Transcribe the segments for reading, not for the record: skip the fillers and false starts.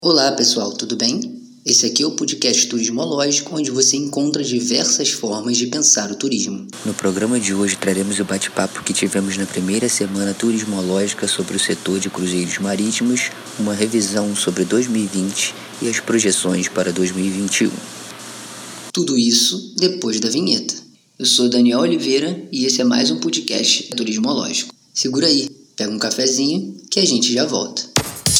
Olá pessoal, tudo bem? Esse aqui é o podcast Turismológico, onde você encontra diversas formas de pensar o turismo. No programa de hoje traremos o bate-papo que tivemos na primeira semana turismológica sobre o setor de cruzeiros marítimos, uma revisão sobre 2020 e as projeções para 2021. Tudo isso depois da vinheta. Eu sou Daniel Oliveira e esse é mais um podcast Turismológico. Segura aí, pega um cafezinho que a gente já volta.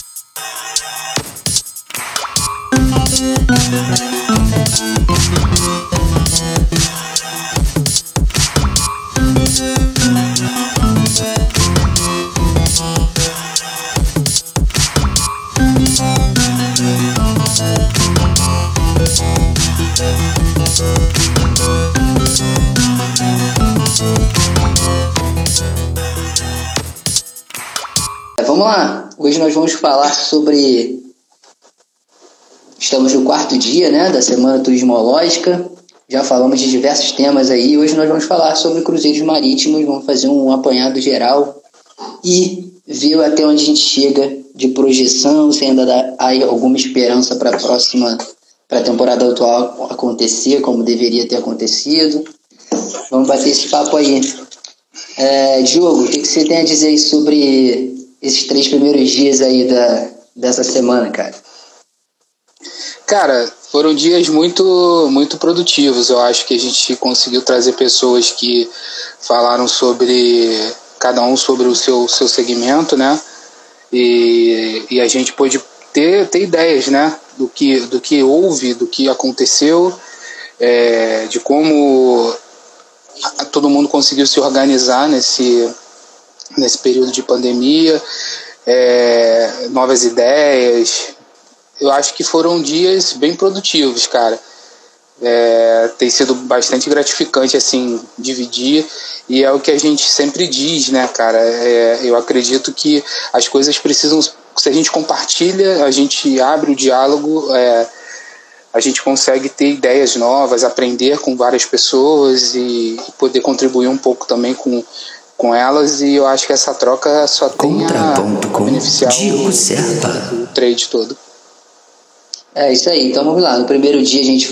Vamos lá, hoje nós vamos falar sobre... Estamos no quarto dia, da Semana Turismológica, já falamos de diversos temas aí, hoje nós vamos falar sobre cruzeiros marítimos, vamos fazer um apanhado geral e ver até onde a gente chega de projeção, se ainda há alguma esperança para a temporada atual acontecer, como deveria ter acontecido. Vamos bater esse papo aí. Diogo, o que você tem a dizer aí sobre esses 3 primeiros dias aí dessa semana, cara? Cara, foram dias muito, muito produtivos. Eu acho que a gente conseguiu trazer pessoas que falaram cada um sobre o seu segmento, né? E a gente pôde ter ideias, né? Do que houve, do que aconteceu, de como todo mundo conseguiu se organizar nesse período de pandemia, novas ideias. Eu acho que foram dias bem produtivos, cara. Tem sido bastante gratificante, assim, dividir, e é o que a gente sempre diz, né, cara? Eu acredito que as coisas precisam, se a gente compartilha, a gente abre o diálogo, a gente consegue ter ideias novas, aprender com várias pessoas e poder contribuir um pouco também com elas, e eu acho que essa troca só tem a beneficiar o trade todo. É isso aí, então vamos lá. No primeiro dia a gente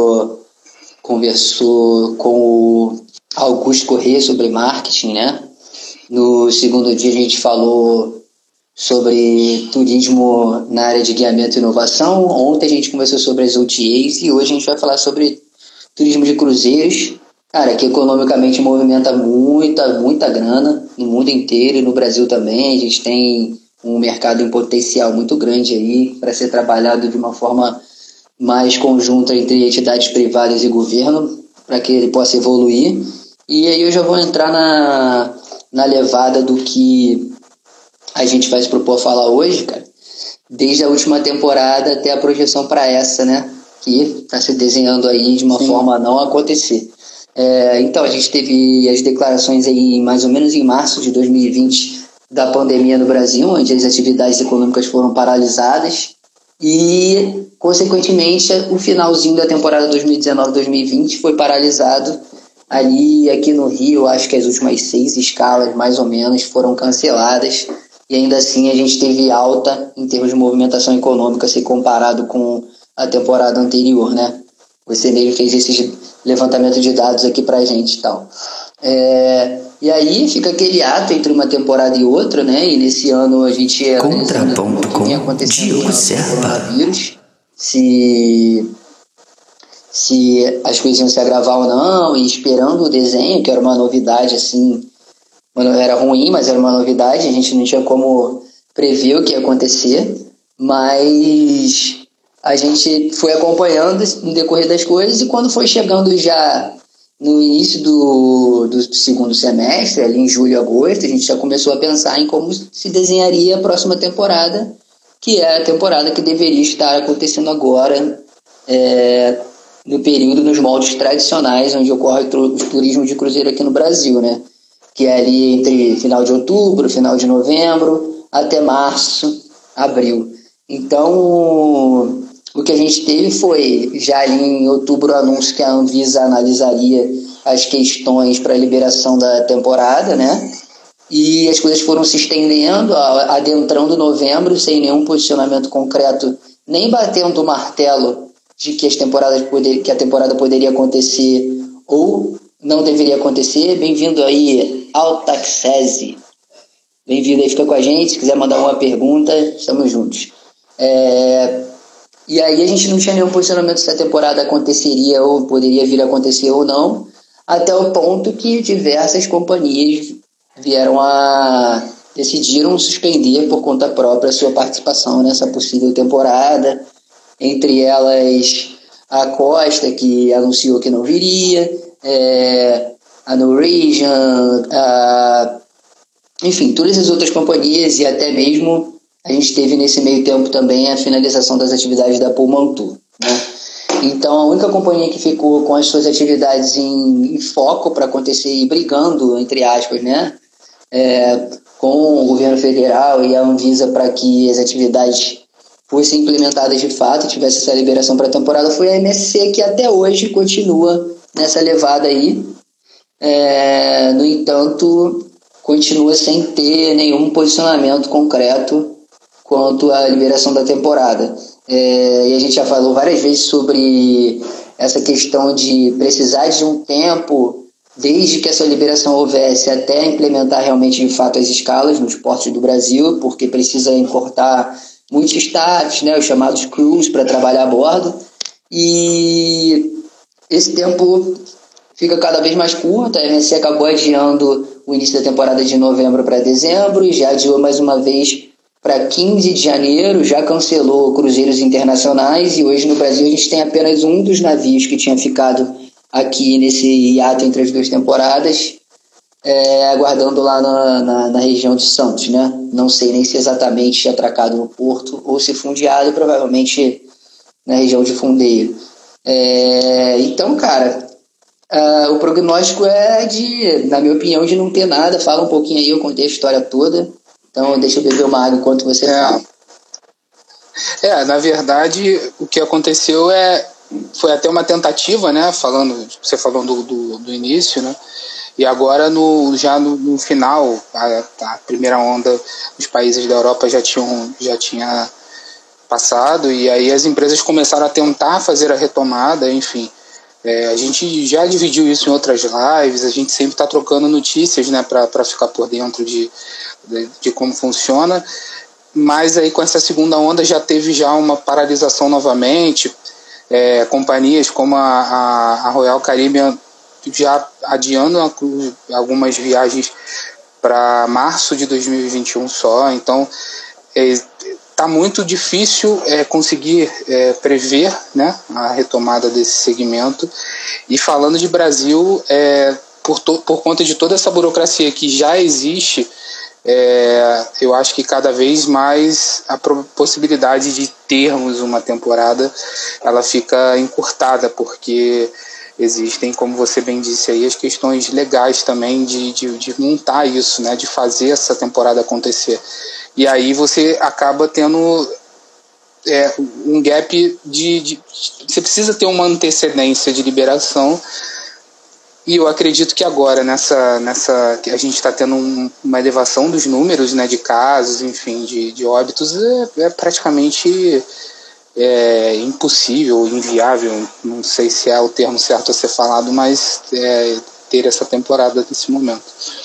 conversou com o Augusto Corrêa sobre marketing, né? No segundo dia a gente falou sobre turismo na área de guiamento e inovação. Ontem a gente conversou sobre as OTAs e hoje a gente vai falar sobre turismo de cruzeiros, cara, que economicamente movimenta muita grana no mundo inteiro e no Brasil também. A gente tem um mercado em potencial muito grande aí para ser trabalhado de uma forma mais conjunta entre entidades privadas e governo, para que ele possa evoluir. E aí eu já vou entrar na levada do que a gente vai se propor falar hoje, cara, desde a última temporada até a projeção para essa, né, que está se desenhando aí de uma forma a não acontecer. Então, a gente teve as declarações aí mais ou menos em março de 2020 da pandemia no Brasil, onde as atividades econômicas foram paralisadas e, consequentemente, o finalzinho da temporada 2019-2020 foi paralisado. Ali, aqui no Rio, acho que as últimas 6 escalas, mais ou menos, foram canceladas e ainda assim a gente teve alta em termos de movimentação econômica se comparado com a temporada anterior, né? Você mesmo fez esse levantamento de dados aqui pra gente e tal. E aí fica aquele ato entre uma temporada e outra, né? E nesse ano a gente Contraponto com Diogo Serpa. Coronavírus, se as coisas iam se agravar ou não, e esperando o desenho, que era uma novidade, assim, era ruim, mas era uma novidade, a gente não tinha como prever o que ia acontecer, mas a gente foi acompanhando no decorrer das coisas, e quando foi chegando já no início do segundo semestre, ali em julho e agosto, a gente já começou a pensar em como se desenharia a próxima temporada, que é a temporada que deveria estar acontecendo agora, no período, nos moldes tradicionais, onde ocorre o turismo de cruzeiro aqui no Brasil, né? Que é ali entre final de outubro, final de novembro, até março, abril. Então, o que a gente teve foi, já ali em outubro, o anúncio que a Anvisa analisaria as questões para a liberação da temporada, né? E as coisas foram se estendendo, adentrando novembro, sem nenhum posicionamento concreto nem batendo o martelo de que a temporada poderia acontecer ou não deveria acontecer. Bem-vindo aí, Altaxese. Bem-vindo aí, fica com a gente. Se quiser mandar uma pergunta, estamos juntos. E aí a gente não tinha nenhum posicionamento se a temporada aconteceria ou poderia vir a acontecer ou não, até o ponto que diversas companhias decidiram suspender por conta própria a sua participação nessa possível temporada. Entre elas a Costa, que anunciou que não viria, a Norwegian, enfim, todas as outras companhias, e até mesmo a gente teve nesse meio tempo também a finalização das atividades da Pullman Tour, né? Então a única companhia que ficou com as suas atividades em foco para acontecer e brigando, entre aspas, né, com o governo federal e a Anvisa para que as atividades fossem implementadas de fato e tivesse essa liberação para a temporada, foi a MSC, que até hoje continua nessa levada aí. No entanto, continua sem ter nenhum posicionamento concreto quanto à liberação da temporada. E a gente já falou várias vezes sobre essa questão de precisar de um tempo desde que essa liberação houvesse até implementar realmente de fato as escalas nos portos do Brasil, porque precisa importar muitos staffs, né, os chamados crews, para trabalhar a bordo, e esse tempo fica cada vez mais curto. A MSC acabou adiando o início da temporada de novembro para dezembro e já adiou mais uma vez para 15 de janeiro, já cancelou cruzeiros internacionais, e hoje no Brasil a gente tem apenas um dos navios que tinha ficado aqui nesse hiato entre as duas temporadas, aguardando lá na região de Santos, né? Não sei nem se exatamente atracado no porto ou se fundeado, provavelmente na região de Fundeio. Então, cara, o prognóstico na minha opinião, de não ter nada. Fala um pouquinho aí, eu contei a história toda, então deixa eu beber uma água enquanto você fala. Na verdade, o que aconteceu foi até uma tentativa, né? Você falou do início, né? E agora, já no final, a primeira onda dos países da Europa já tinha passado, e aí as empresas começaram a tentar fazer a retomada, enfim. A gente já dividiu isso em outras lives, a gente sempre está trocando notícias, né, para ficar por dentro de como funciona, mas aí com essa segunda onda já teve uma paralisação novamente. Companhias como a Royal Caribbean já adiando algumas viagens para março de 2021 só. Então está muito difícil conseguir prever, né, a retomada desse segmento. E falando de Brasil, por conta de toda essa burocracia que já existe, eu acho que cada vez mais a possibilidade de termos uma temporada ela fica encurtada, porque existem, como você bem disse aí, as questões legais também de montar isso, né, de fazer essa temporada acontecer. E aí você acaba tendo um gap você precisa ter uma antecedência de liberação. E eu acredito que agora, a gente está tendo uma elevação dos números, né, de casos, enfim, de óbitos, praticamente impossível, inviável, não sei se é o termo certo a ser falado, mas ter essa temporada nesse momento.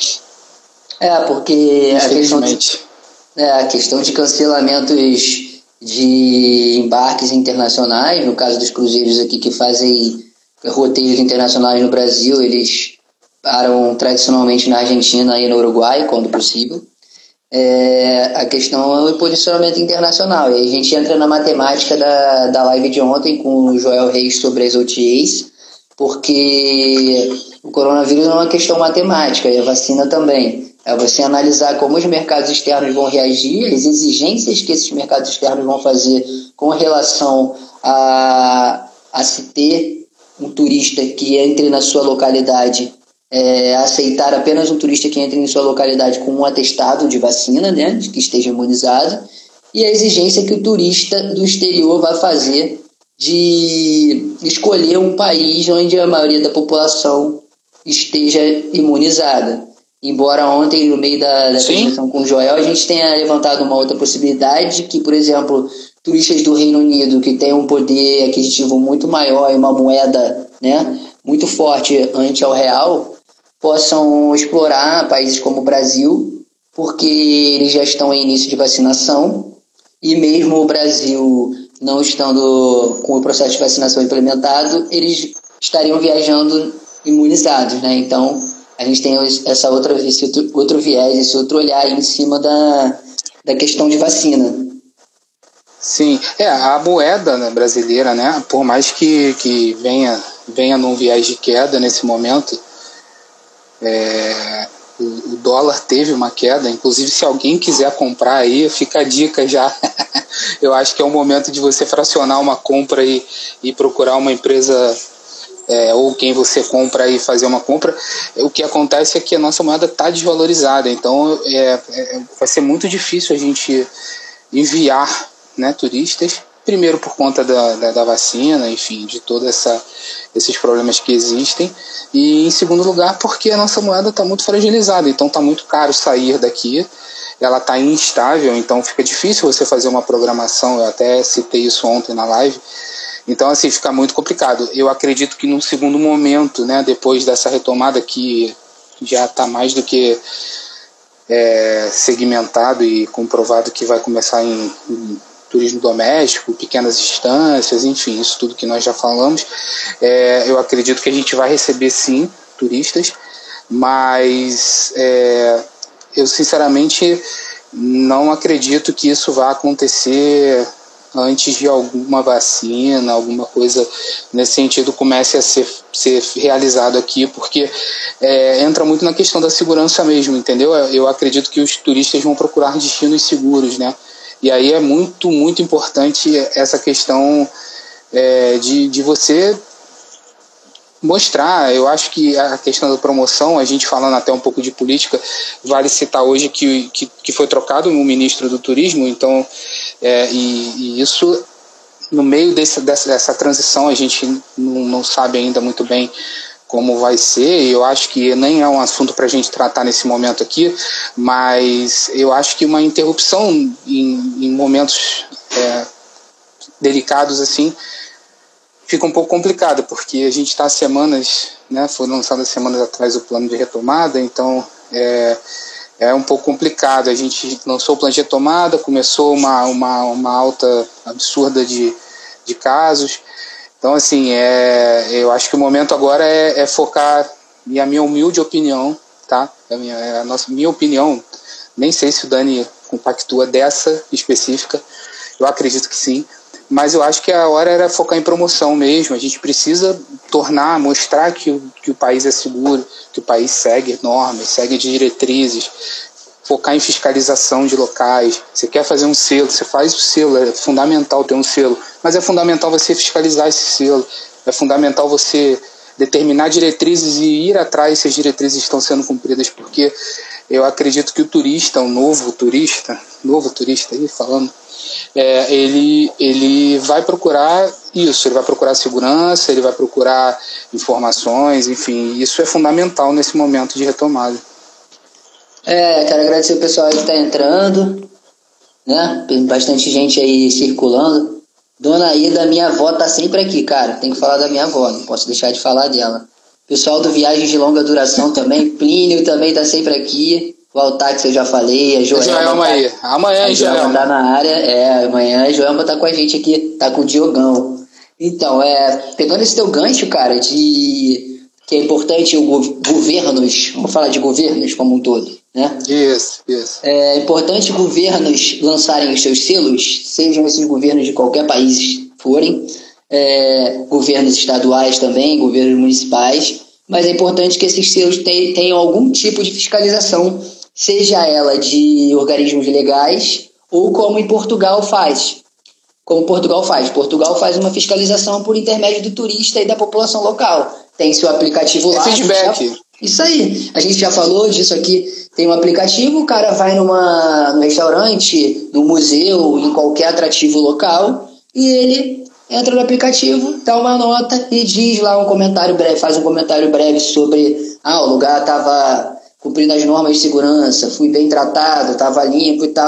Porque a questão de cancelamentos de embarques internacionais, no caso dos cruzeiros aqui que fazem roteiros internacionais no Brasil, eles param tradicionalmente na Argentina e no Uruguai, quando possível. A questão é o posicionamento internacional, e aí a gente entra na matemática da live de ontem com o Joel Reis sobre as OTAs, porque o coronavírus não é uma questão matemática, e a vacina também. É você analisar como os mercados externos vão reagir, as exigências que esses mercados externos vão fazer com relação a se ter um turista que entre na sua localidade, aceitar apenas um turista que entre em sua localidade com um atestado de vacina, né, de que esteja imunizado, e a exigência que o turista do exterior vai fazer de escolher um país onde a maioria da população esteja imunizada. Embora ontem, no meio da conversação com o Joel, a gente tenha levantado uma outra possibilidade, que, por exemplo, turistas do Reino Unido, que tem um poder aquisitivo muito maior e uma moeda, né, muito forte ante ao real, possam explorar países como o Brasil, porque eles já estão em início de vacinação, e mesmo o Brasil não estando com o processo de vacinação implementado, eles estariam viajando imunizados, né? Então, a gente tem esse outro viés, esse outro olhar em cima da questão de vacina. Sim, a moeda, né, brasileira, né, por mais que venha num viés de queda nesse momento, o dólar teve uma queda. Inclusive, se alguém quiser comprar aí, fica a dica já. Eu acho que é o momento de você fracionar uma compra e procurar uma empresa, ou quem você compra e fazer uma compra. O que acontece é que a nossa moeda está desvalorizada, então vai ser muito difícil a gente enviar, né, turistas, primeiro por conta da vacina, enfim, de todos esses problemas que existem, e em segundo lugar porque a nossa moeda está muito fragilizada, então está muito caro sair daqui, ela está instável, então fica difícil você fazer uma programação. Eu até citei isso ontem na live. Então, assim, fica muito complicado. Eu acredito que num segundo momento, né, depois dessa retomada que já está mais do que segmentado e comprovado que vai começar em turismo doméstico, pequenas distâncias, enfim, isso tudo que nós já falamos, eu acredito que a gente vai receber sim turistas, mas eu sinceramente não acredito que isso vá acontecer antes de alguma vacina, alguma coisa nesse sentido comece a ser realizado aqui, porque entra muito na questão da segurança mesmo, entendeu? Eu acredito que os turistas vão procurar destinos seguros, né? E aí é muito, muito importante essa questão de você mostrar. Eu acho que a questão da promoção, a gente falando até um pouco de política, vale citar hoje que foi trocado um ministro do turismo, então e isso no meio dessa transição a gente não sabe ainda muito bem como vai ser, e eu acho que nem é um assunto para a gente tratar nesse momento aqui, mas eu acho que uma interrupção em momentos delicados assim fica um pouco complicado, porque a gente está há semanas, né, foi lançado há semanas atrás o plano de retomada, então é um pouco complicado. A gente lançou o plano de retomada, começou uma alta absurda de casos, então assim, eu acho que o momento agora é focar, e a minha humilde opinião, tá? Minha opinião, nem sei se o Dani compactua dessa específica, eu acredito que sim, mas eu acho que a hora era focar em promoção mesmo. A gente precisa mostrar que o país é seguro, que o país segue normas, segue diretrizes, focar em fiscalização de locais. Você quer fazer um selo, você faz o selo, é fundamental ter um selo, mas é fundamental você fiscalizar esse selo, é fundamental você determinar diretrizes e ir atrás se as diretrizes estão sendo cumpridas, porque eu acredito que o turista, o novo turista aí falando, ele vai procurar isso, ele vai procurar segurança, ele vai procurar informações, enfim, isso é fundamental nesse momento de retomada. Quero agradecer o pessoal aí que está entrando, né? Tem bastante gente aí circulando. Dona Ida, minha avó tá sempre aqui, cara. Tem que falar da minha avó, não posso deixar de falar dela. Pessoal do Viagens de Longa Duração também, Plínio também tá sempre aqui. O Altax eu já falei, a Joelma aí. Amanhã a Joelma tá na área. Amanhã a Joelma tá com a gente aqui, tá com o Diogão. Então, pegando esse teu gancho, cara, que é importante governos, vamos falar de governos como um todo, né? Isso. É importante governos lançarem os seus selos, sejam esses governos de qualquer país forem, governos estaduais também, governos municipais, mas é importante que esses selos tenham algum tipo de fiscalização, seja ela de organismos legais ou como em Portugal faz. Portugal faz uma fiscalização por intermédio do turista e da população local. Tem seu aplicativo lá. Feedback. Isso aí. A gente já falou disso aqui. Tem um aplicativo, o cara vai no restaurante, no museu, em qualquer atrativo local, e ele entra no aplicativo, dá uma nota e diz lá um comentário breve, faz um comentário breve sobre o lugar estava cumprindo as normas de segurança, fui bem tratado, estava limpo e tal.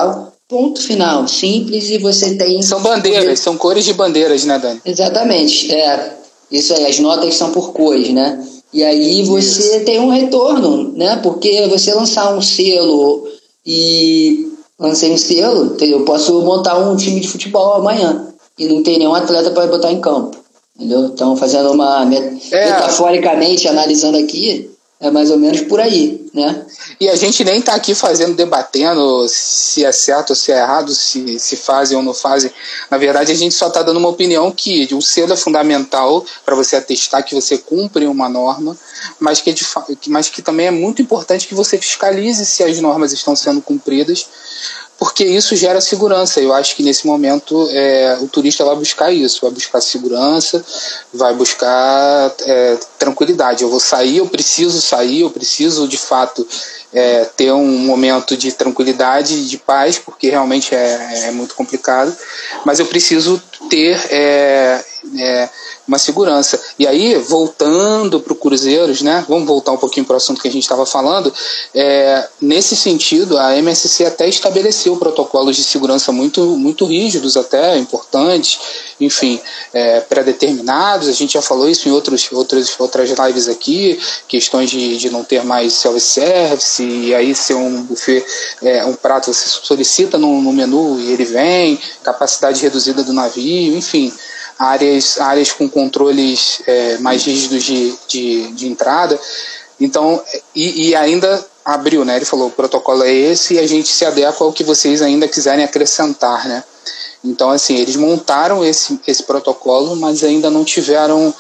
Ponto final. Simples, e você tem... São bandeiras, são cores de bandeiras, né, Dani? Exatamente. Isso aí, as notas são por cores, né? E aí você tem um retorno, né? Porque você lançar um selo e... Lancei um selo, eu posso montar um time de futebol amanhã e não ter nenhum atleta para botar em campo, entendeu? Então, fazendo uma metaforicamente, analisando aqui, é mais ou menos por aí, né? E a gente nem está aqui debatendo se é certo ou se é errado, se fazem ou não fazem. Na verdade, a gente só está dando uma opinião que o selo é fundamental para você atestar que você cumpre uma norma, mas que também é muito importante que você fiscalize se as normas estão sendo cumpridas, porque isso gera segurança. Eu acho que nesse momento o turista vai buscar isso, vai buscar segurança, vai buscar tranquilidade. Eu vou sair, eu preciso de fato ter um momento de tranquilidade, de paz, porque realmente é muito complicado, mas eu preciso ter uma segurança. E aí, voltando para o Cruzeiros, né? Vamos voltar um pouquinho para o assunto que a gente estava falando. Nesse sentido, a MSC até estabeleceu protocolos de segurança muito, muito rígidos, até importantes, enfim, pré-determinados. A gente já falou isso em outras lives aqui, questões de não ter mais self-service, e aí ser um buffet, um prato você solicita no menu e ele vem, capacidade reduzida do navio, enfim, áreas com controles mais rígidos de entrada. Então, e ainda abriu, né? Ele falou, o protocolo é esse e a gente se adequa ao que vocês ainda quiserem acrescentar, né? Então, assim, eles montaram esse protocolo, mas ainda não tiveram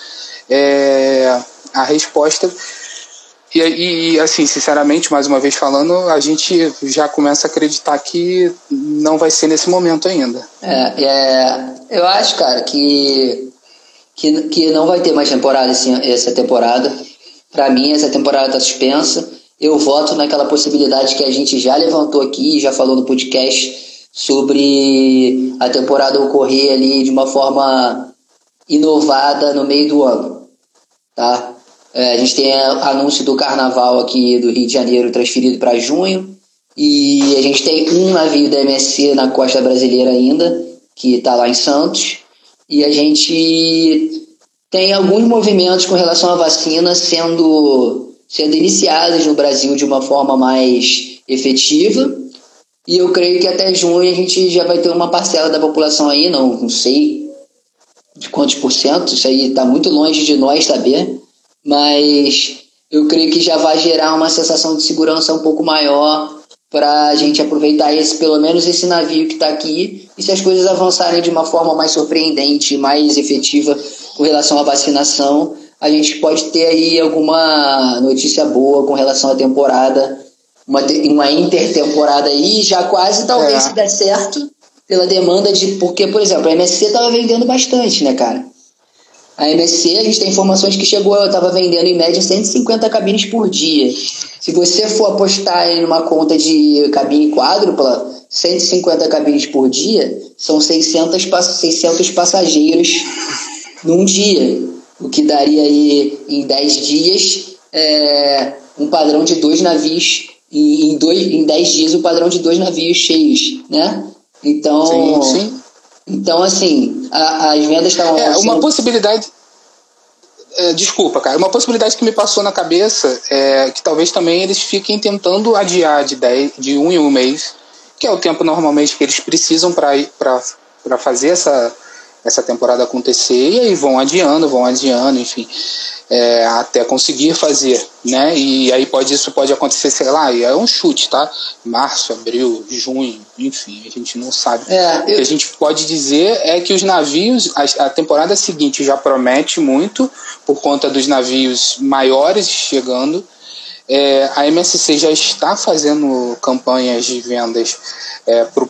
a resposta. E, assim, sinceramente, mais uma vez falando, a gente já começa a acreditar que não vai ser nesse momento ainda. Eu acho, cara, que não vai ter mais temporada essa temporada. Para mim, essa temporada está suspensa. Eu voto naquela possibilidade que a gente já levantou aqui, já falou no podcast, sobre a temporada ocorrer ali de uma forma inovada no meio do ano, tá? A gente tem anúncio do carnaval aqui do Rio de Janeiro transferido para junho, e a gente tem um navio da MSC na costa brasileira ainda, que está lá em Santos, e a gente tem alguns movimentos com relação à vacina sendo iniciados no Brasil de uma forma mais efetiva, e eu creio que até junho a gente já vai ter uma parcela da população aí, não sei de quantos por cento, isso aí está muito longe de nós saber, mas eu creio que já vai gerar uma sensação de segurança um pouco maior para a gente aproveitar pelo menos esse navio que está aqui, e se as coisas avançarem de uma forma mais surpreendente, mais efetiva com relação à vacinação, a gente pode ter aí alguma notícia boa com relação à temporada, uma intertemporada aí, já quase talvez se der certo, pela demanda porque, por exemplo, a MSC estava vendendo bastante, né, cara? A MSC, a gente tem informações que estava vendendo em média 150 cabines por dia. Se você for apostar em uma conta de cabine quádrupla, 150 cabines por dia, são 600 passageiros num dia, o que daria aí em 10 dias um padrão de 2 navios, em 10 dias o padrão de 2 navios cheios, né? Então, sim. Então, assim, as vendas estavam... uma possibilidade... desculpa, cara. Uma possibilidade que me passou na cabeça é que talvez também eles fiquem tentando adiar de 1 em 1 mês, que é o tempo normalmente que eles precisam para fazer essa temporada acontecer, e aí vão adiando, enfim, até conseguir fazer, né? E aí isso pode acontecer, sei lá, é um chute, tá? Março, abril, junho, enfim, a gente não sabe. O que a gente pode dizer é que os navios, a temporada seguinte já promete muito, por conta dos navios maiores chegando. A MSC já está fazendo campanhas de vendas para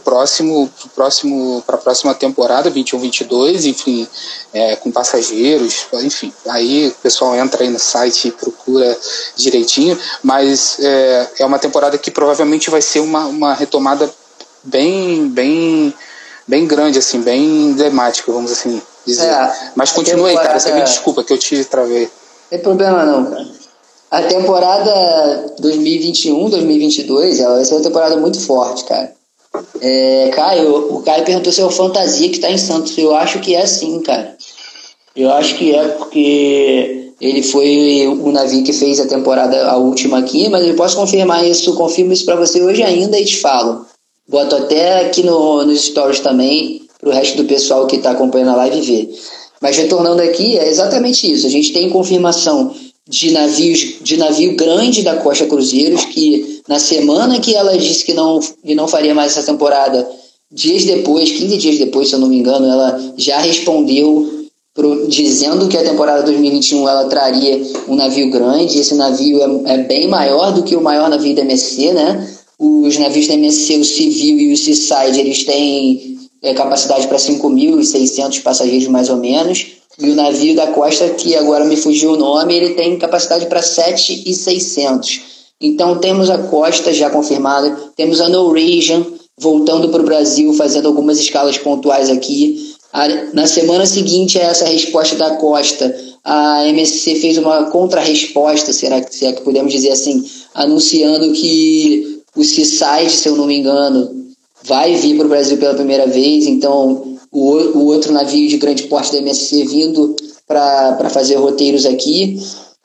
a próxima temporada, 21-22, enfim, com passageiros, enfim, aí o pessoal entra aí no site e procura direitinho, mas é uma temporada que provavelmente vai ser uma retomada bem grande, assim, bem emblemática, vamos assim dizer. Mas continue aí, cara, você me desculpa que eu te travei. Não tem problema não, cara. A temporada 2021, 2022, ela vai ser uma temporada muito forte, cara. Caio, o Caio perguntou se é o Fantasia que está em Santos. Eu acho que é sim, cara. Eu acho que é porque ele foi o navio que fez a temporada, a última aqui, mas eu posso confirmar isso, confirmo isso para você hoje ainda e te falo. Boto até aqui nos stories também, para o resto do pessoal que está acompanhando a live ver. Mas retornando aqui, é exatamente isso. A gente tem confirmação de navio grande da Costa Cruzeiros, que na semana que ela disse que não faria mais essa temporada, 15 dias depois, se eu não me engano, ela já respondeu dizendo que a temporada 2021 ela traria um navio grande. Esse navio é bem maior do que o maior navio da MSC, né? Os navios da MSC, o Civil e o Seaside, eles têm capacidade para 5.600 passageiros mais ou menos, e o navio da Costa, que agora me fugiu o nome, ele tem capacidade para 7.600. Então temos a Costa já confirmada, temos a Norwegian voltando para o Brasil, fazendo algumas escalas pontuais aqui. Na semana seguinte a essa resposta da Costa, a MSC fez uma contra-resposta, se é que podemos dizer assim, anunciando que o Seaside, se eu não me engano, vai vir para o Brasil pela primeira vez. Então o outro navio de grande porte da MSC vindo para fazer roteiros aqui.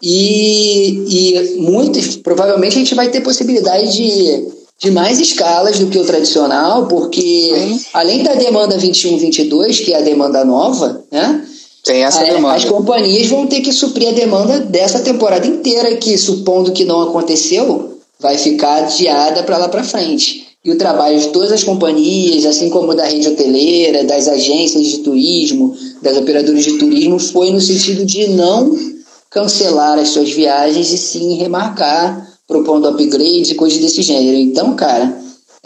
E muitos, provavelmente a gente vai ter possibilidade de mais escalas do que o tradicional, porque além da demanda 21-22, que é a demanda nova, né? Tem essa demanda. As companhias vão ter que suprir a demanda dessa temporada inteira, que, supondo que não aconteceu, vai ficar adiada para lá para frente. E o trabalho de todas as companhias, assim como da rede hoteleira, das agências de turismo, das operadoras de turismo, foi no sentido de não cancelar as suas viagens e sim remarcar, propondo upgrades e coisas desse gênero. Então, cara,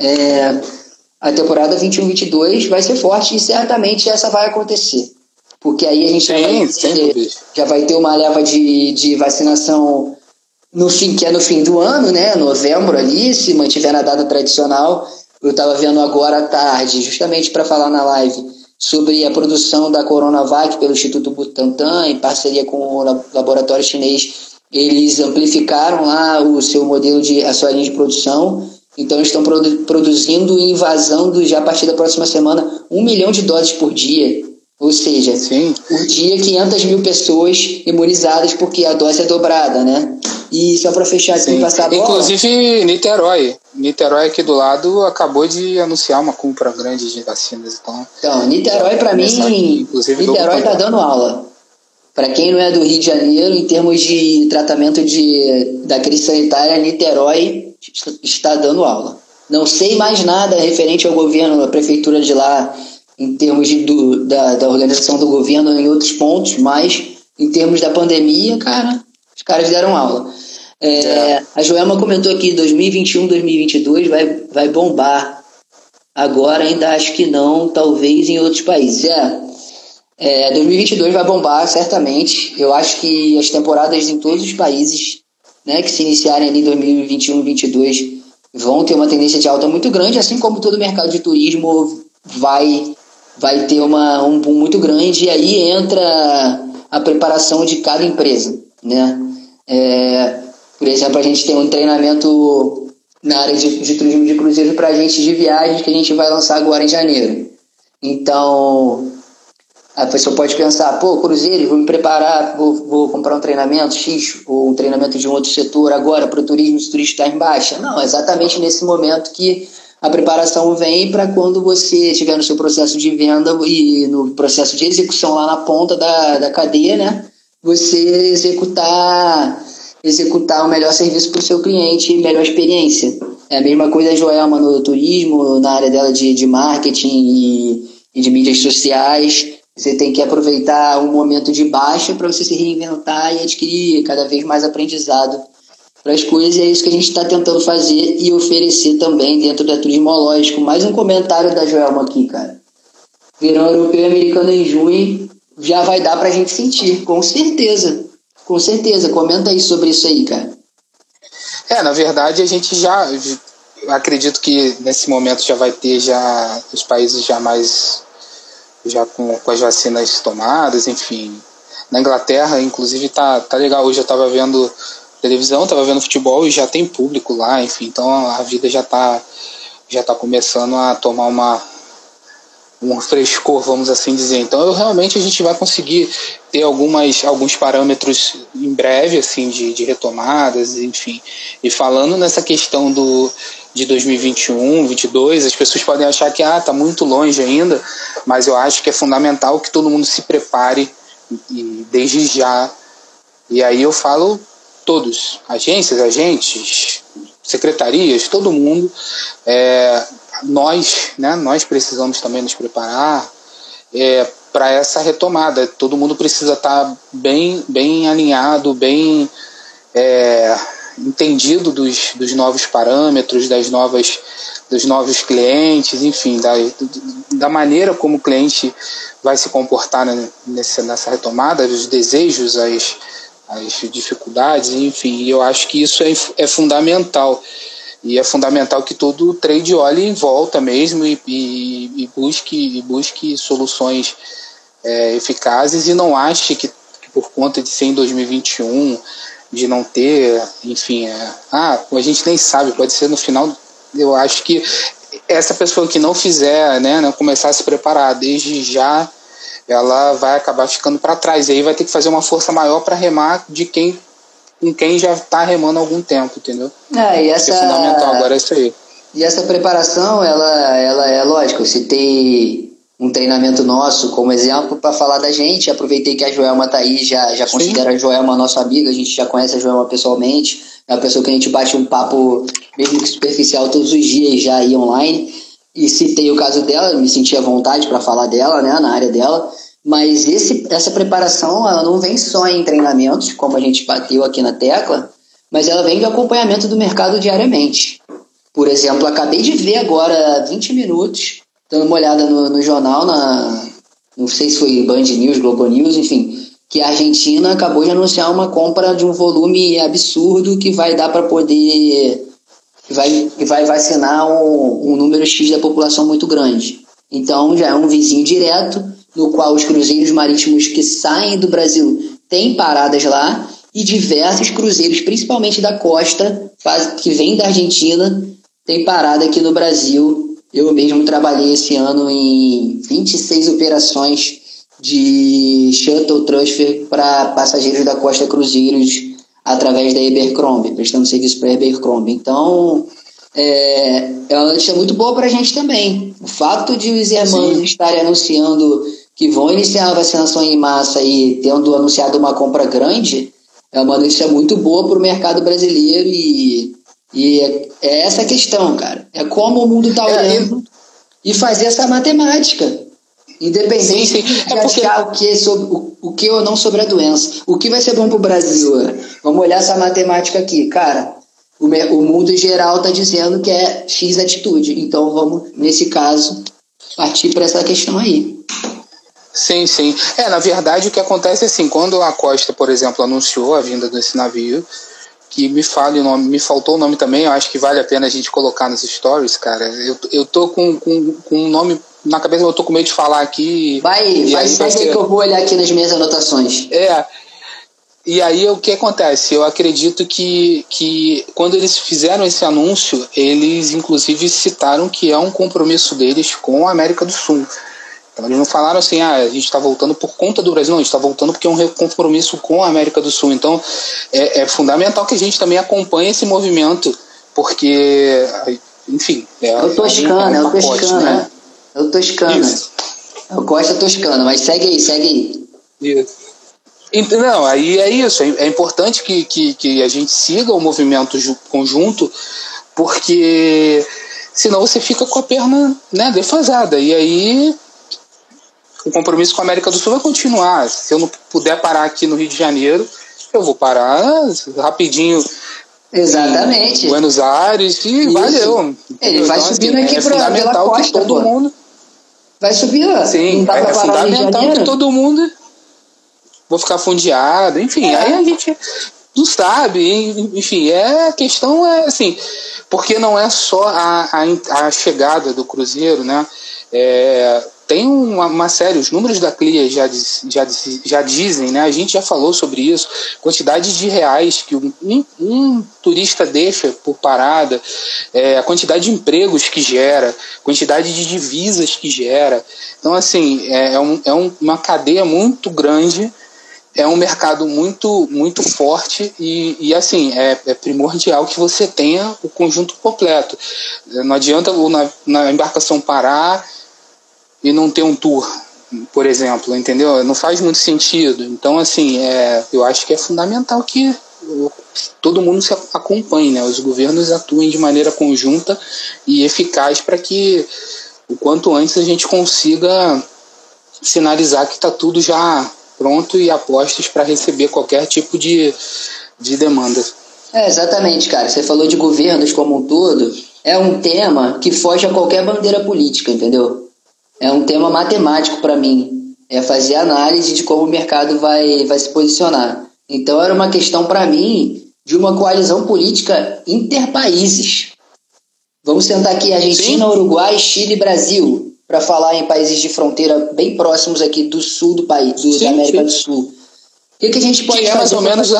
a temporada 21-22 vai ser forte e certamente essa vai acontecer. Porque aí a gente já vai ter uma leva de vacinação no fim do ano, né? Novembro ali, se mantiver na data tradicional. Eu estava vendo agora à tarde, justamente para falar na live, sobre a produção da Coronavac pelo Instituto Butantan, em parceria com o laboratório chinês. Eles amplificaram lá o seu modelo a sua linha de produção. Então estão produzindo e invasando já a partir da próxima semana 1 milhão de doses por dia. Ou seja, por dia 500 mil pessoas imunizadas, porque a dose é dobrada, né? E só para fechar aqui, passar a bola... Inclusive Niterói aqui do lado acabou de anunciar uma compra grande de vacinas. Então Niterói para mim, Niterói está dando aula. Para quem não é do Rio de Janeiro, em termos de tratamento da crise sanitária, Niterói está dando aula. Não sei mais nada referente ao governo, à prefeitura de lá, em termos da organização do governo em outros pontos, mas em termos da pandemia, cara, os caras deram aula. A Joelma comentou aqui, 2021, 2022 vai bombar. Agora ainda acho que não, talvez em outros países. 2022 vai bombar, certamente. Eu acho que as temporadas em todos os países, né, que se iniciarem ali em 2021, 2022 vão ter uma tendência de alta muito grande, assim como todo o mercado de turismo vai ter um boom muito grande, e aí entra a preparação de cada empresa, né? Por exemplo, a gente tem um treinamento na área de turismo de cruzeiro para agentes de viagens que a gente vai lançar agora em janeiro. Então, a pessoa pode pensar, cruzeiro, vou me preparar, vou comprar um treinamento X ou um treinamento de um outro setor agora para o turismo, se o turista está em baixa. Não, é exatamente nesse momento que a preparação vem para quando você estiver no seu processo de venda e no processo de execução lá na ponta da cadeia, né? Você executar o melhor serviço para o seu cliente e melhor experiência. É a mesma coisa a Joelma no turismo, na área dela de marketing e de mídias sociais. Você tem que aproveitar um momento de baixa para você se reinventar e adquirir cada vez mais aprendizado para as coisas, e é isso que a gente está tentando fazer e oferecer também dentro da Turismológico. Mais um comentário da Joelma aqui, cara. Verão europeu e americano em junho já vai dar para a gente sentir, com certeza. Com certeza. Comenta aí sobre isso aí, cara. Na verdade, a gente acredito que nesse momento já vai ter os países já com as vacinas tomadas, enfim. Na Inglaterra, inclusive, tá legal. Hoje eu estava vendo televisão, estava vendo futebol e já tem público lá, enfim, então a vida já está já está começando a tomar um frescor, vamos assim dizer. Então, realmente a gente vai conseguir ter alguns parâmetros em breve, assim, de retomadas, enfim. E falando nessa questão de 2021, 2022, as pessoas podem achar que está muito longe ainda, mas eu acho que é fundamental que todo mundo se prepare e desde já. E aí eu falo todos, agências, agentes, secretarias, todo mundo, nós precisamos também nos preparar para essa retomada. Todo mundo precisa estar bem alinhado, bem entendido dos novos parâmetros, dos novos clientes, enfim, da maneira como o cliente vai se comportar nessa retomada, os desejos, as dificuldades, enfim. Eu acho que isso é fundamental. E é fundamental que todo trade olhe em volta mesmo e busque soluções eficazes, e não ache que por conta de ser em 2021, de não ter, enfim, a gente nem sabe, pode ser no final. Eu acho que essa pessoa que não fizer, não começar a se preparar desde já, ela vai acabar ficando para trás, e aí vai ter que fazer uma força maior para remar com quem já está remando há algum tempo, entendeu? E essa, é fundamental agora isso aí. E essa preparação, ela é lógica. Eu citei um treinamento nosso como exemplo para falar da gente. Aproveitei que a Joelma está aí, já considero a Joelma nossa amiga, a gente já conhece a Joelma pessoalmente, é uma pessoa que a gente bate um papo, mesmo que superficial, todos os dias já aí online. E citei o caso dela, me senti à vontade para falar dela, na área dela. Mas essa preparação, ela não vem só em treinamentos, como a gente bateu aqui na tecla, mas ela vem de acompanhamento do mercado diariamente. Por exemplo, acabei de ver agora 20 minutos, dando uma olhada no jornal, não sei se foi Band News, Globo News, enfim, que a Argentina acabou de anunciar uma compra de um volume absurdo que vai dar para poder... que vai vacinar um número X da população muito grande. Então, já é um vizinho direto, no qual os cruzeiros marítimos que saem do Brasil têm paradas lá, e diversos cruzeiros, principalmente da costa, que vêm da Argentina, tem parada aqui no Brasil. Eu mesmo trabalhei esse ano em 26 operações de shuttle transfer para passageiros da costa cruzeiros através da Abercrombie, prestando serviço para a Abercrombie. Então, é uma notícia muito boa para a gente também. O fato de os irmãos estarem anunciando que vão iniciar a vacinação em massa e tendo anunciado uma compra grande, é uma notícia muito boa para o mercado brasileiro, e é essa a questão, cara. É como o mundo está olhando e fazer essa matemática. Independente de achar o que ou não sobre a doença. O que vai ser bom para o Brasil? Vamos olhar essa matemática aqui. Cara, o mundo em geral está dizendo que é X atitude. Então vamos, nesse caso, partir para essa questão aí. Sim. Na verdade, o que acontece é assim, quando a Costa, por exemplo, anunciou a vinda desse navio, que me faltou o nome também, eu acho que vale a pena a gente colocar nos stories, cara. Eu tô com um nome na cabeça, eu tô com medo de falar aqui. Segue que eu vou olhar aqui nas minhas anotações. E aí o que acontece? Eu acredito que quando eles fizeram esse anúncio, eles inclusive citaram que é um compromisso deles com a América do Sul. Então eles não falaram assim, a gente está voltando por conta do Brasil, não, a gente está voltando porque é um compromisso com a América do Sul. Então é fundamental que a gente também acompanhe esse movimento, porque, enfim... É o Toscana. É o Toscana. Isso. É o Costa Toscana, mas segue aí. Isso. Não, aí é isso. É importante que a gente siga o movimento conjunto, porque senão você fica com a perna, defasada. E aí o compromisso com a América do Sul vai continuar. Se eu não puder parar aqui no Rio de Janeiro, eu vou parar rapidinho. Exatamente. Em Buenos Aires, e isso. Valeu. Ele vai subindo aqui é fundamental que todo mundo. Vai subir, sim, é fundamental que todo mundo. Vou ficar fundeado, enfim, aí a gente não sabe, enfim, a questão é assim, porque não é só a chegada do cruzeiro, tem uma série, os números da CLIA já dizem, né? A gente já falou sobre isso, quantidade de reais que um turista deixa por parada, a quantidade de empregos que gera, quantidade de divisas que gera. Então, assim, uma cadeia muito grande, é um mercado muito, muito forte e assim, é primordial que você tenha o conjunto completo. Não adianta na embarcação parar e não ter um tour, por exemplo, entendeu? Não faz muito sentido. Então, assim, eu acho que é fundamental que todo mundo se acompanhe, né? Os governos atuem de maneira conjunta e eficaz para que o quanto antes a gente consiga sinalizar que está tudo já pronto e a postos para receber qualquer tipo de demanda. Exatamente, cara. Você falou de governos como um todo. É um tema que foge a qualquer bandeira política, entendeu? É um tema matemático para mim. É fazer análise de como o mercado vai se posicionar. Então era uma questão para mim de uma coalizão política interpaíses. Vamos sentar aqui Argentina, sim, Uruguai, Chile e Brasil, para falar em países de fronteira bem próximos aqui do sul do país, da América do Sul. O que a gente pode fazer? Mais ou menos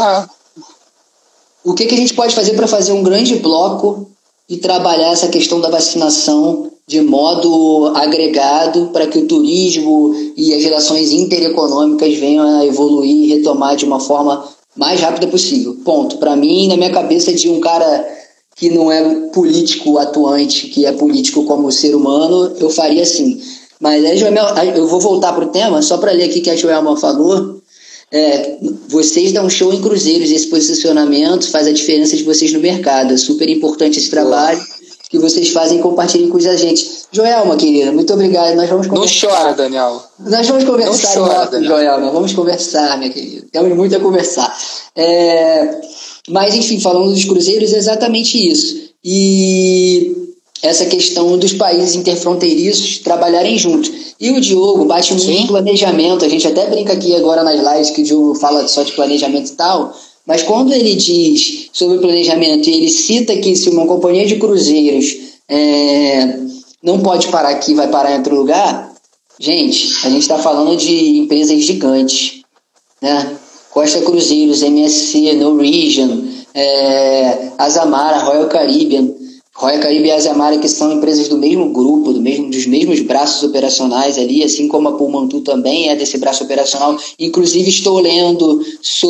O que a gente pode fazer para fazer um grande bloco e trabalhar essa questão da vacinação de modo agregado para que o turismo e as relações intereconômicas venham a evoluir e retomar de uma forma mais rápida possível. Ponto. Para mim, na minha cabeça de um cara que não é político atuante, que é político como ser humano, eu faria assim. Mas aí, eu vou voltar para o tema, só para ler aqui que a Joelma falou. Vocês dão show em cruzeiros, esse posicionamento faz a diferença de vocês no mercado. É super importante esse trabalho que vocês fazem e compartilhem com a gente. Joelma, querida, muito obrigado. Nós vamos conversar. Não chora, Daniel. Nós vamos conversar, não chora, Daniel. Joelma. Vamos conversar, minha querida. Temos muito a conversar. Mas, enfim, falando dos cruzeiros, é exatamente isso. E essa questão dos países interfronteiriços trabalharem juntos. E o Diogo bate muito em planejamento. A gente até brinca aqui agora nas lives que o Diogo fala só de planejamento e tal, mas quando ele diz sobre planejamento e ele cita que se uma companhia de cruzeiros não pode parar aqui, vai parar em outro lugar, gente, a gente está falando de empresas gigantes, né? Costa Cruzeiros, MSC, Norwegian, Azamara, Royal Caribbean e Azamara, que são empresas do mesmo grupo, dos mesmos braços operacionais ali, assim como a Pullmantur também é desse braço operacional. Inclusive estou lendo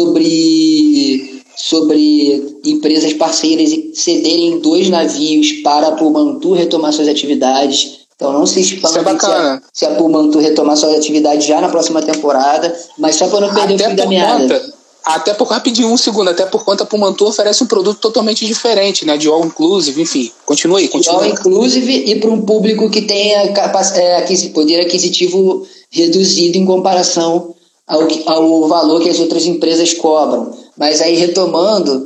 sobre empresas parceiras cederem 2 navios para a Pullmantur retomar suas atividades. Então não se espantem se a Pullmantur retomar suas atividades já na próxima temporada, mas só para não perder o fio da meada. Até por rapidinho, um segundo, até por conta a Pullmantur oferece um produto totalmente diferente, né? De all inclusive, enfim. Continue. All inclusive e para um público que tenha poder aquisitivo reduzido em comparação ao valor que as outras empresas cobram. Mas aí, retomando,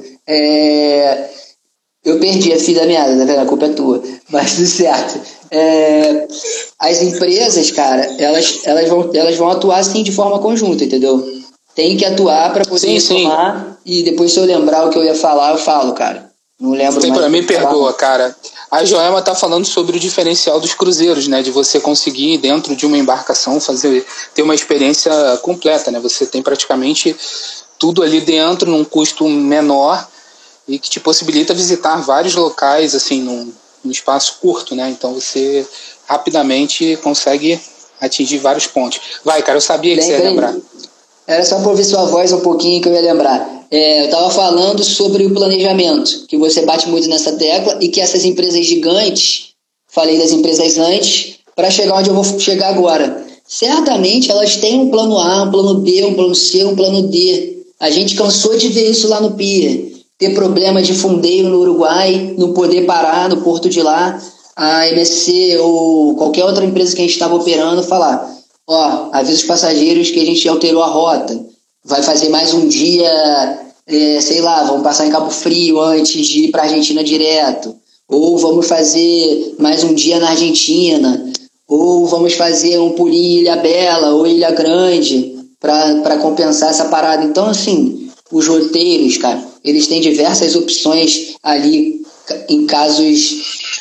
eu perdi a fio da meada, tá vendo? A culpa é tua. Mas tudo certo. As empresas, cara, elas vão atuar assim de forma conjunta, entendeu? Tem que atuar para poder retomar. E depois, se eu lembrar o que eu ia falar, eu falo, cara. Não lembro mais. Me perdoa, cara. A Joelma tá falando sobre o diferencial dos cruzeiros, né? De você conseguir, dentro de uma embarcação, ter uma experiência completa, né? Você tem praticamente tudo ali dentro, num custo menor, e que te possibilita visitar vários locais, assim, num espaço curto, né? Então você rapidamente consegue atingir vários pontos. Vai, cara, eu sabia que você ia lembrar. Era só para ouvir sua voz um pouquinho que eu ia lembrar. Eu estava falando sobre o planejamento, que você bate muito nessa tecla, e que essas empresas gigantes, falei das empresas antes, para chegar onde eu vou chegar agora. Certamente elas têm um plano A, um plano B, um plano C, um plano D. A gente cansou de ver isso lá no pier. Ter problema de fundeiro no Uruguai, não poder parar no porto de lá, a MSC ou qualquer outra empresa que a gente estava operando falar: avisa os passageiros que a gente alterou a rota, vai fazer mais um dia, vamos passar em Cabo Frio antes de ir para a Argentina direto, ou vamos fazer mais um dia na Argentina, ou vamos fazer um pulinho em Ilha Bela ou Ilha Grande para compensar essa parada. Então, assim, os roteiros, cara, eles têm diversas opções ali em casos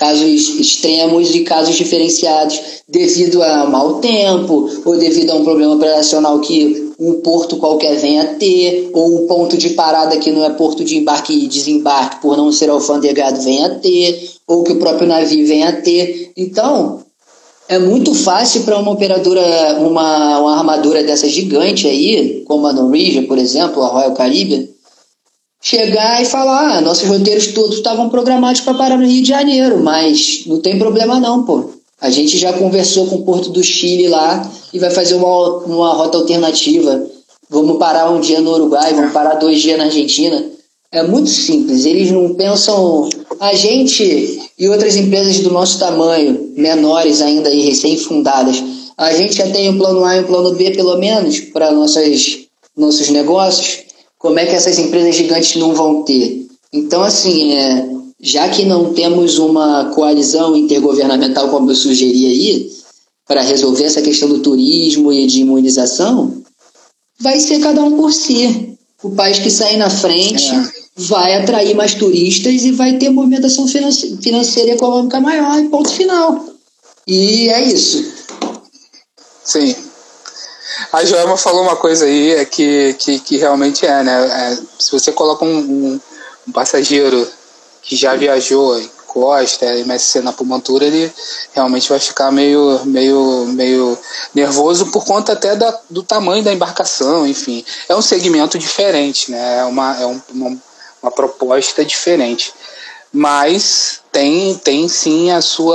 casos extremos e casos diferenciados devido a mau tempo ou devido a um problema operacional que um porto qualquer venha a ter, ou um ponto de parada que não é porto de embarque e desembarque por não ser alfandegado venha a ter, ou que o próprio navio venha a ter. Então, é muito fácil para uma operadora, uma armadura dessa gigante aí, como a Norwegian, por exemplo, a Royal Caribbean, chegar e falar, nossos roteiros todos estavam programados para parar no Rio de Janeiro, mas não tem problema não, pô. A gente já conversou com o Porto do Chile lá e vai fazer uma rota alternativa. Vamos parar um dia no Uruguai, vamos parar 2 dias na Argentina. É muito simples, eles não pensam... A gente e outras empresas do nosso tamanho, menores ainda e recém-fundadas, a gente já tem um plano A e um plano B, pelo menos, para nossos negócios. Como é que essas empresas gigantes não vão ter? Então, assim, já que não temos uma coalizão intergovernamental, como eu sugeri aí, para resolver essa questão do turismo e de imunização, vai ser cada um por si. O país que sair na frente vai atrair mais turistas e vai ter movimentação financeira e econômica maior, e ponto final. E é isso. Sim. A Joelma falou uma coisa aí que realmente né? Se você coloca um passageiro que já viajou em Costa, MSC na Pumantur, ele realmente vai ficar meio nervoso por conta até do tamanho da embarcação, enfim. É um segmento diferente, né? É uma proposta diferente. Mas tem sim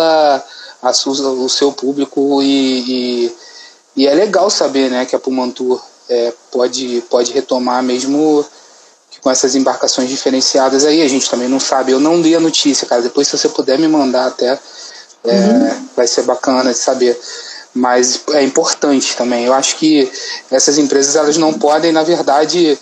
o seu público e é legal saber, né, que a Pumantur pode retomar mesmo com essas embarcações diferenciadas aí. A gente também não sabe, eu não li a notícia, cara. Depois, se você puder me mandar até, vai ser bacana de saber. Mas é importante também. Eu acho que essas empresas, elas não podem, na verdade,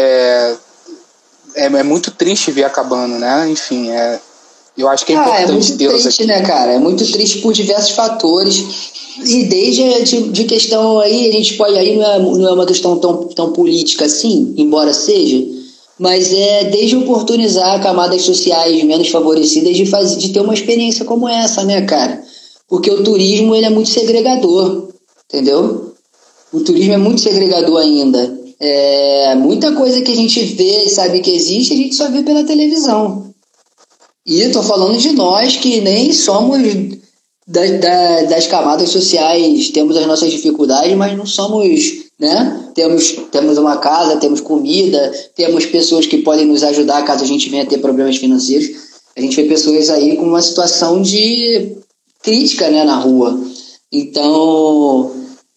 é muito triste ver acabando, né? Enfim, eu acho que é importante. É muito triste, né, cara? É muito triste por diversos fatores. E desde de questão aí, a gente pode, aí não é uma questão tão política assim, embora seja, mas desde oportunizar camadas sociais menos favorecidas de ter uma experiência como essa, né, cara? Porque o turismo, ele é muito segregador, entendeu? O turismo é muito segregador ainda. Muita coisa que a gente vê e sabe que existe, a gente só vê pela televisão. E eu tô falando de nós que nem somos das camadas sociais, temos as nossas dificuldades, mas não somos, né? Temos uma casa, temos comida, temos pessoas que podem nos ajudar caso a gente venha ter problemas financeiros. A gente vê pessoas aí com uma situação de crítica, né, na rua. Então,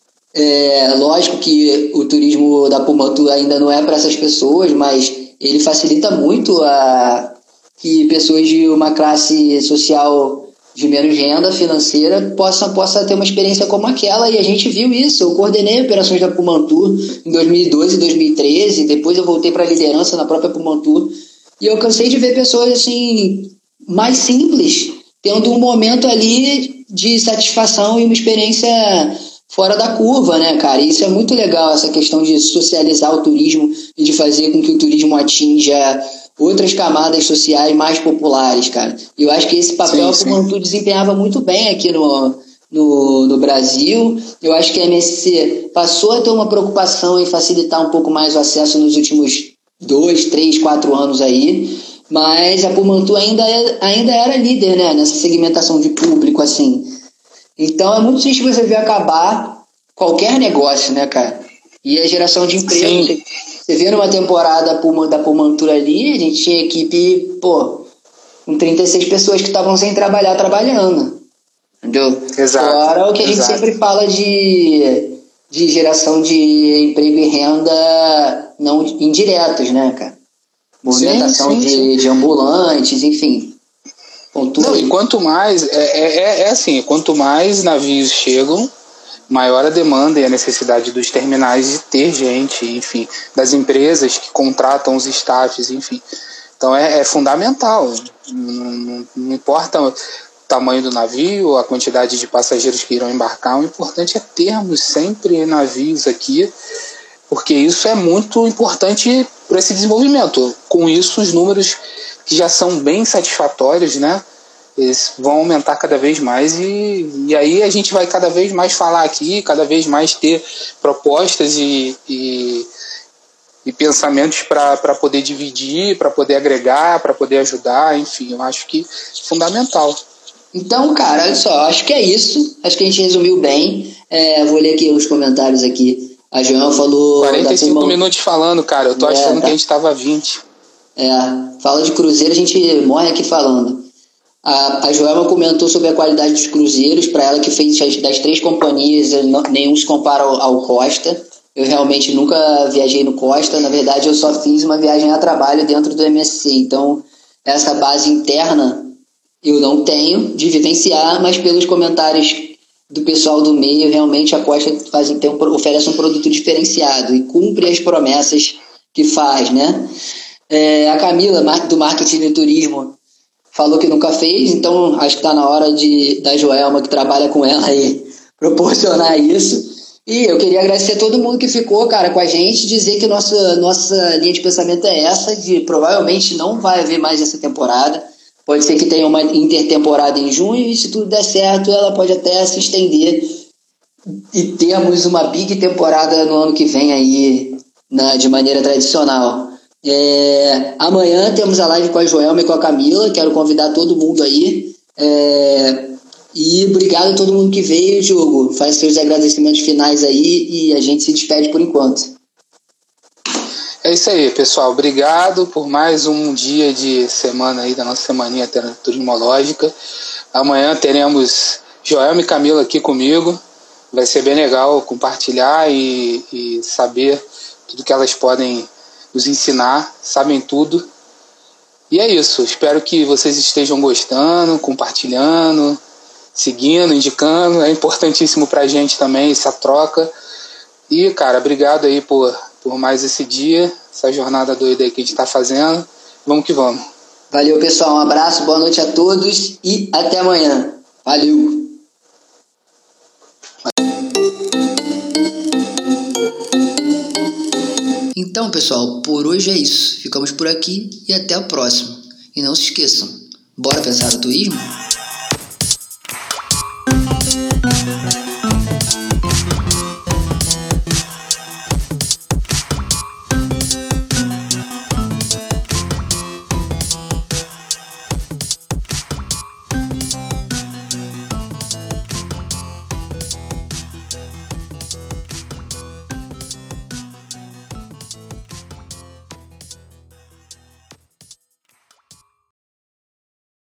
lógico que o turismo da Pumantur ainda não é para essas pessoas, mas ele facilita muito que pessoas de uma classe social de menos renda financeira possa ter uma experiência como aquela, e a gente viu isso. Eu coordenei operações da Pumantur em 2012 e 2013, depois eu voltei para a liderança na própria Pumantur, e eu cansei de ver pessoas assim, mais simples, tendo um momento ali de satisfação e uma experiência fora da curva, né, cara? E isso é muito legal, essa questão de socializar o turismo e de fazer com que o turismo atinja outras camadas sociais mais populares, cara. E eu acho que esse papel a Pumantur desempenhava muito bem aqui no Brasil. Eu acho que a MSC passou a ter uma preocupação em facilitar um pouco mais o acesso nos últimos 2, 3, 4 anos aí, mas a Pumantur ainda era líder, né, nessa segmentação de público, assim. Então é muito triste você ver acabar qualquer negócio, né, cara? E a geração de emprego. Sim. Você vê numa temporada da Pumantur ali, a gente tinha equipe, com 36 pessoas que estavam sem trabalhar, trabalhando. Entendeu? Exato. Fora o que a gente sempre fala de geração de emprego e renda não indiretos, né, cara? Movimentação de ambulantes, enfim. Não, e quanto mais, assim, quanto mais navios chegam, maior a demanda e a necessidade dos terminais de ter gente, enfim, das empresas que contratam os staffs, enfim. Então é fundamental. Não importa o tamanho do navio, a quantidade de passageiros que irão embarcar, o importante é termos sempre navios aqui, porque isso é muito importante para esse desenvolvimento. Com isso, os números que já são bem satisfatórios, né? eles vão aumentar cada vez mais e aí a gente vai cada vez mais falar aqui, cada vez mais ter propostas e pensamentos para poder dividir, para poder agregar, para poder ajudar, enfim, eu acho que é fundamental. Então, cara, olha só, acho que é isso. Acho que a gente resumiu bem. Vou ler aqui os comentários aqui. A João falou... 45 minutos falando, cara. Eu tô achando que a gente tava 20. Fala de Cruzeiro, a gente morre aqui falando. A Joelma comentou sobre a qualidade dos cruzeiros. Para ela que fez das 3 companhias, nenhum se compara ao Costa. Eu realmente nunca viajei no Costa. Na verdade, eu só fiz uma viagem a trabalho dentro do MSC. Então, essa base interna eu não tenho de vivenciar, mas pelos comentários do pessoal do meio, realmente a Costa oferece um produto diferenciado e cumpre as promessas que faz, né? A Camila, do Marketing e Turismo, falou que nunca fez, então acho que está na hora da Joelma, que trabalha com ela aí, proporcionar isso. E eu queria agradecer a todo mundo que ficou, cara, com a gente, dizer que nossa linha de pensamento é essa, de provavelmente não vai haver mais essa temporada. Pode ser que tenha uma intertemporada em junho e se tudo der certo, ela pode até se estender e termos uma big temporada no ano que vem aí, de maneira tradicional. Amanhã temos a live com a Joelma e com a Camila. Quero convidar todo mundo aí. E obrigado a todo mundo que veio, Diogo. Faz seus agradecimentos finais aí e a gente se despede por enquanto. É isso aí, pessoal. Obrigado por mais um dia de semana aí da nossa semaninha turismológica. Amanhã teremos Joelma e Camila aqui comigo. Vai ser bem legal compartilhar e saber tudo que elas podem nos ensinar. Sabem tudo. E é isso. Espero que vocês estejam gostando, compartilhando, seguindo, indicando. É importantíssimo pra gente também essa troca. E, cara, obrigado aí por mais esse dia, essa jornada doida aí que a gente tá fazendo. Vamos que vamos. Valeu, pessoal. Um abraço, boa noite a todos e até amanhã. Valeu. Então, pessoal, por hoje é isso. Ficamos por aqui e até o próximo. E não se esqueçam, bora pensar no turismo?